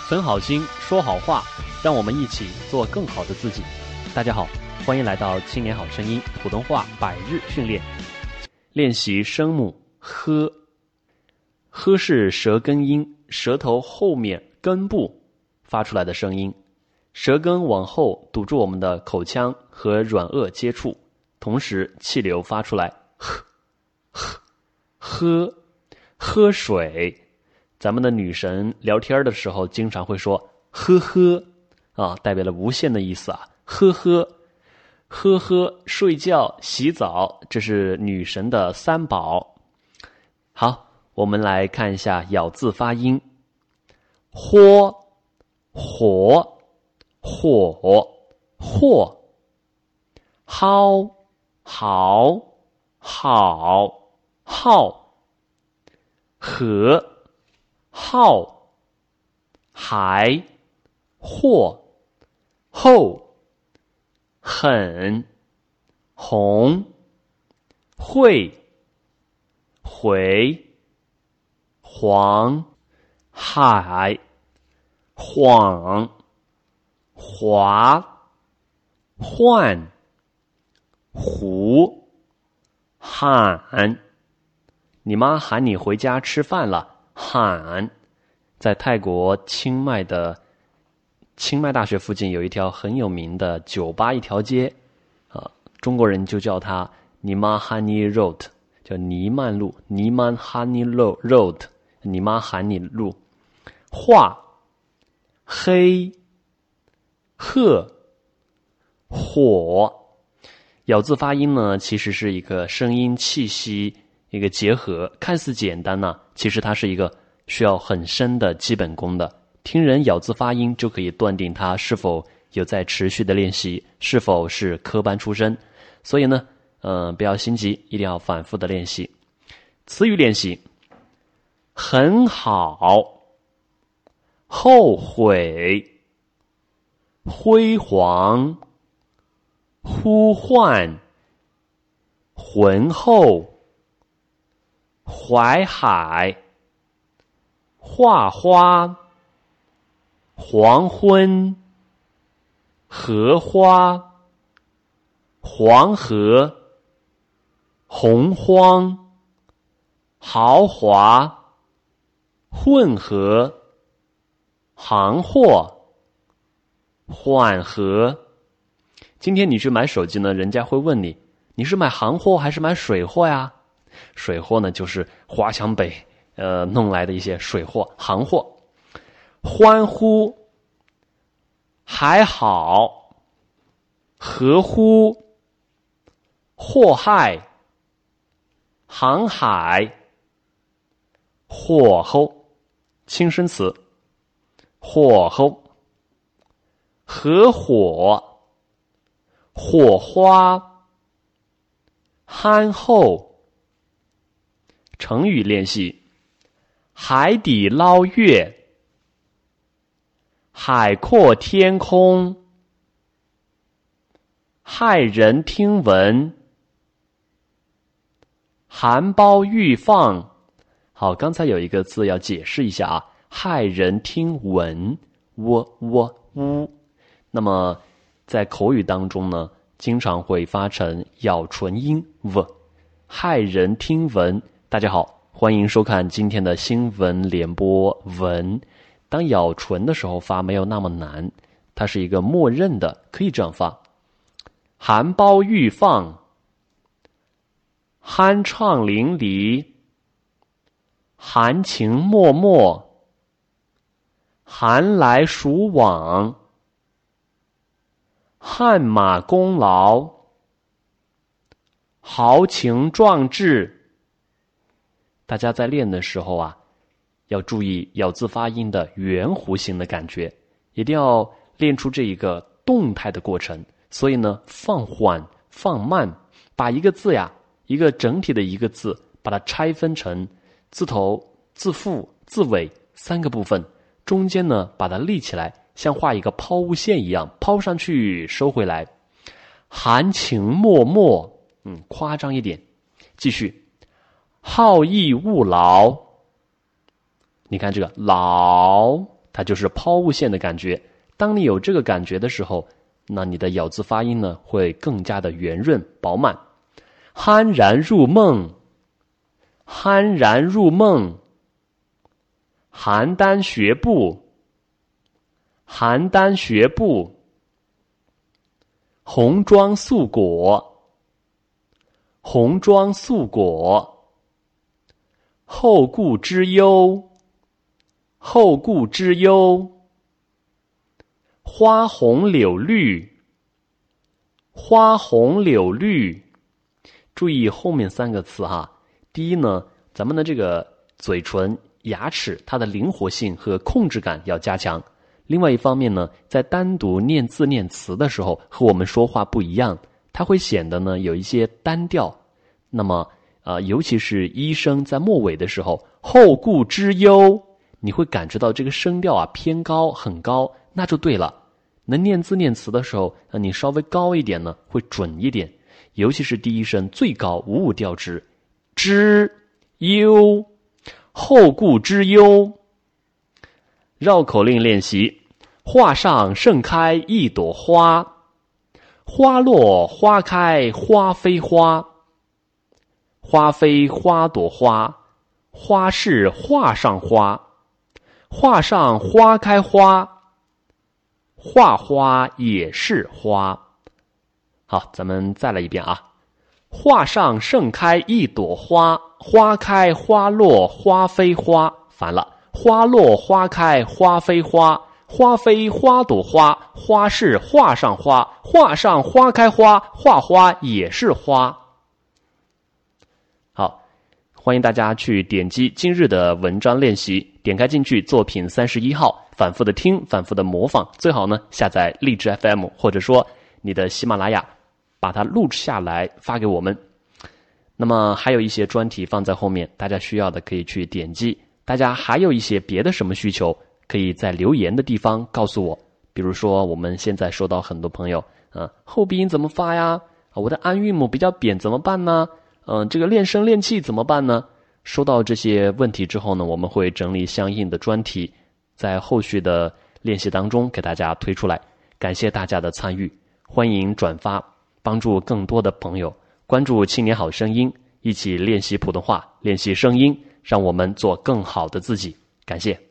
存好心，说好话，让我们一起做更好的自己。大家好，欢迎来到青年好声音普通话100日训练。练习声母呵，呵是舌根音，舌头后面根部发出来的声音，舌根往后堵住我们的口腔和软腭接触，同时气流发出来，呵呵喝，喝水。咱们的女神聊天的时候经常会说呵呵啊，代表了无限的意思啊，呵呵呵呵，睡觉洗澡，这是女神的三宝。好，我们来看一下咬字发音，豁火火或，蒿好好好，和号还或后很红会回黄海晃滑换胡喊，你妈喊你回家吃饭了，喊。在泰国清迈大学附近有一条很有名的酒吧一条街中国人就叫它尼玛喊你 road， 叫尼曼路，尼曼喊你 road， 尼玛喊你路。画黑鹤火，咬字发音呢其实是一个声音气息一个结合，看似简单呢，其实它是一个需要很深的基本功的。听人咬字发音就可以断定他是否有在持续的练习，是否是科班出身。所以呢不要心急，一定要反复的练习。词语练习，很好，后悔，辉煌，呼唤，浑厚，淮海，画花，黄昏，荷花，黄河，洪荒，豪华，混合，行货，缓和。今天你去买手机呢，人家会问你，你是买行货还是买水货呀？水货呢就是华强北弄来的一些水货，行货。欢呼，还好，合乎，祸害，航海，火候，轻声词，火候，合伙，火花，憨厚。成语练习，海底捞月，海阔天空，骇人听闻，含苞欲放。好，刚才有一个字要解释一下啊，骇人听闻，呜。那么在口语当中呢，经常会发成咬唇音 v， 骇人听闻。大家好，欢迎收看今天的新闻联播文。当咬唇的时候发没有那么难，它是一个默认的，可以这样发。含苞欲放，酣畅淋漓，含情脉脉，寒来暑往，汗马功劳，豪情壮志。大家在练的时候啊，要注意咬字发音的圆弧形的感觉，一定要练出这一个动态的过程。所以呢，放缓放慢，把一个字呀，一个整体的一个字，把它拆分成字头、字腹、字尾3个部分，中间呢把它立起来，像画一个抛物线一样，抛上去收回来。含情脉脉，夸张一点。继续，好逸恶劳，你看这个劳， 它就是抛物线的感觉。当你有这个感觉的时候，那你的咬字发音呢会更加的圆润饱满。酣然入梦，酣然入梦。邯郸学步，邯郸学步。红妆素裹，红妆素裹。后顾之忧，后顾之忧。花红柳绿，花红柳绿。注意后面3个词哈。第一呢，咱们的这个嘴唇、牙齿，它的灵活性和控制感要加强。另外一方面呢，在单独念字念词的时候，和我们说话不一样，它会显得呢有一些单调。那么尤其是一声在末尾的时候，后顾之忧，你会感觉到这个声调偏高，很高，那就对了。能念字念词的时候，你稍微高一点呢，会准一点。尤其是第一声最高五五调之，之忧，后顾之忧。绕口令练习：画上盛开一朵花，花落花开花非花，花非花朵花，花是画上花，画上花开花，画花也是花。好，咱们再来一遍啊。画上盛开一朵花，花开花落花非花。烦了，花落花开花非花，花非花朵花，花是画上花，画上花开花，画花也是花。好，欢迎大家去点击今日的文章练习，点开进去作品31号，反复的听，反复的模仿，最好呢下载荔枝 FM 或者说你的喜马拉雅，把它录下来发给我们。那么还有一些专题放在后面，大家需要的可以去点击。大家还有一些别的什么需求，可以在留言的地方告诉我。比如说我们现在收到很多朋友后鼻音怎么发呀？我的安韵母比较扁怎么办呢？这个练声练气怎么办呢？收到这些问题之后呢，我们会整理相应的专题，在后续的练习当中给大家推出来。感谢大家的参与，欢迎转发，帮助更多的朋友关注青年好声音，一起练习普通话，练习声音，让我们做更好的自己。感谢。